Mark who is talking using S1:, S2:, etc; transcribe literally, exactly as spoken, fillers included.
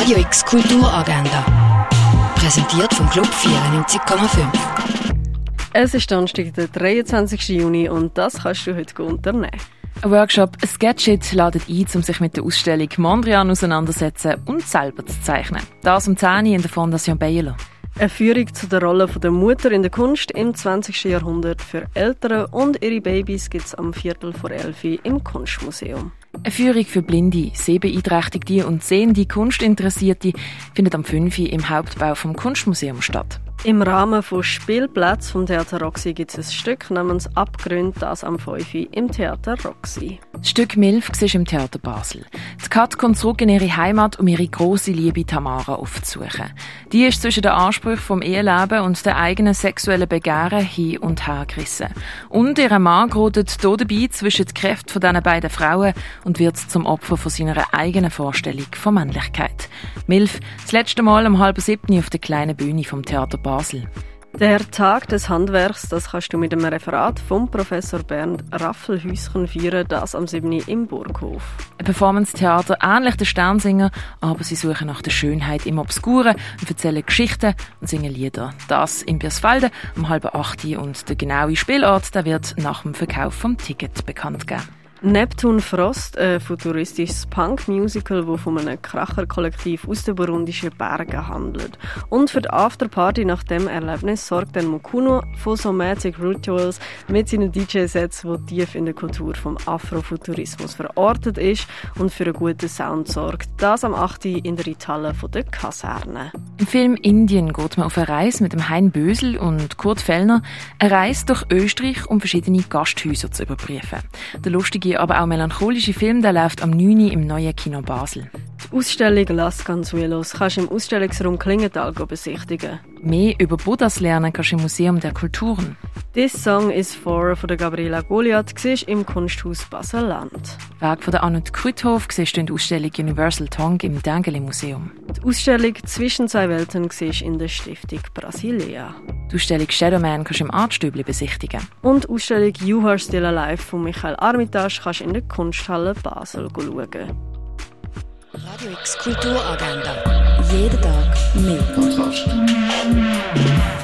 S1: Radio X Kulturagenda. Präsentiert vom Club vierundneunzig Komma fünf.
S2: Es ist Donnerstag, der dreiundzwanzigsten Juni und das kannst du heute unternehmen.
S3: Ein Workshop «Sketchit» ladet ein, um sich mit der Ausstellung Mondrian auseinandersetzen und selber zu zeichnen. Das um zehn Uhr in der Fondation Bayerler.
S2: Eine Führung zu der Rolle der Mutter in der Kunst im zwanzigsten Jahrhundert für Eltern und ihre Babys gibt es am Viertel vor elf im Kunstmuseum.
S3: Eine Führung für Blinde, Sehbeeinträchtigte und sehende Kunstinteressierte findet am fünf Uhr im Hauptbau vom Kunstmuseum statt.
S2: Im Rahmen von Spielplätzen vom Theater Roxy gibt es ein Stück namens «Abgründe», das am fünf Uhr im Theater Roxy.
S3: Das Stück «Milf» siehst im Theater Basel. Die Kat kommt zurück in ihre Heimat, um ihre grosse Liebe Tamara aufzusuchen. Die ist zwischen den Ansprüchen vom Eheleben und den eigenen sexuellen Begehren hin und her gerissen. Und ihr Mann gerät hier dabei zwischen die Kräfte dieser beiden Frauen und wird zum Opfer von seiner eigenen Vorstellung von Männlichkeit. «Milf», das letzte Mal um halb sieben auf der kleinen Bühne vom Theater Basel.
S2: Der Tag des Handwerks, das kannst du mit einem Referat vom Professor Bernd Raffelhäuschen feiern, das am siebten im Burghof.
S3: Ein Performance-Theater ähnlich der Sternsinger, aber sie suchen nach der Schönheit im Obskuren und erzählen Geschichten und singen Lieder. Das in Birsfelden um halb acht und der genaue Spielort der wird nach dem Verkauf vom Ticket bekannt geben.
S2: Neptun Frost, ein futuristisches Punk-Musical, das von einem Kracher-Kollektiv aus den burundischen Bergen handelt. Und für die Afterparty nach dem Erlebnis sorgt dann Mukuno von Somatic Rituals mit seinen D J-Sets, die tief in der Kultur vom Afrofuturismus verortet ist und für einen guten Sound sorgt. Das am achten in der Reithalle der Kaserne.
S3: Im Film «Indien» geht man auf eine Reise mit dem Hein Bösel und Kurt Fellner. Eine Reise durch Österreich, um verschiedene Gasthäuser zu überprüfen. Der lustige, aber auch melancholische Film, der läuft am neunten im neuen Kino Basel.
S2: Die Ausstellung «Las Consuelos» kannst du im Ausstellungsraum Klingenthal besichtigen.
S3: Mehr über Buddhas lernen kannst du im Museum der Kulturen.
S2: «This Song is For» von der Gabriela Goliath siehst im Kunsthaus Basel-Land.
S3: Werk von der Annette Krüthof siehst du in der Ausstellung «Universal Tongue» im Dengeli Museum.
S2: Die Ausstellung «Zwischen zwei Welten» siehst in der Stiftung Brasilia.
S3: Die Ausstellung «Shadowman» kannst du im Artstübli besichtigen.
S2: Und die Ausstellung «You Are Still Alive» von Michael Armitage kannst du in der Kunsthalle Basel schauen.
S1: Radio X Kulturagenda. Jeden Tag mehr.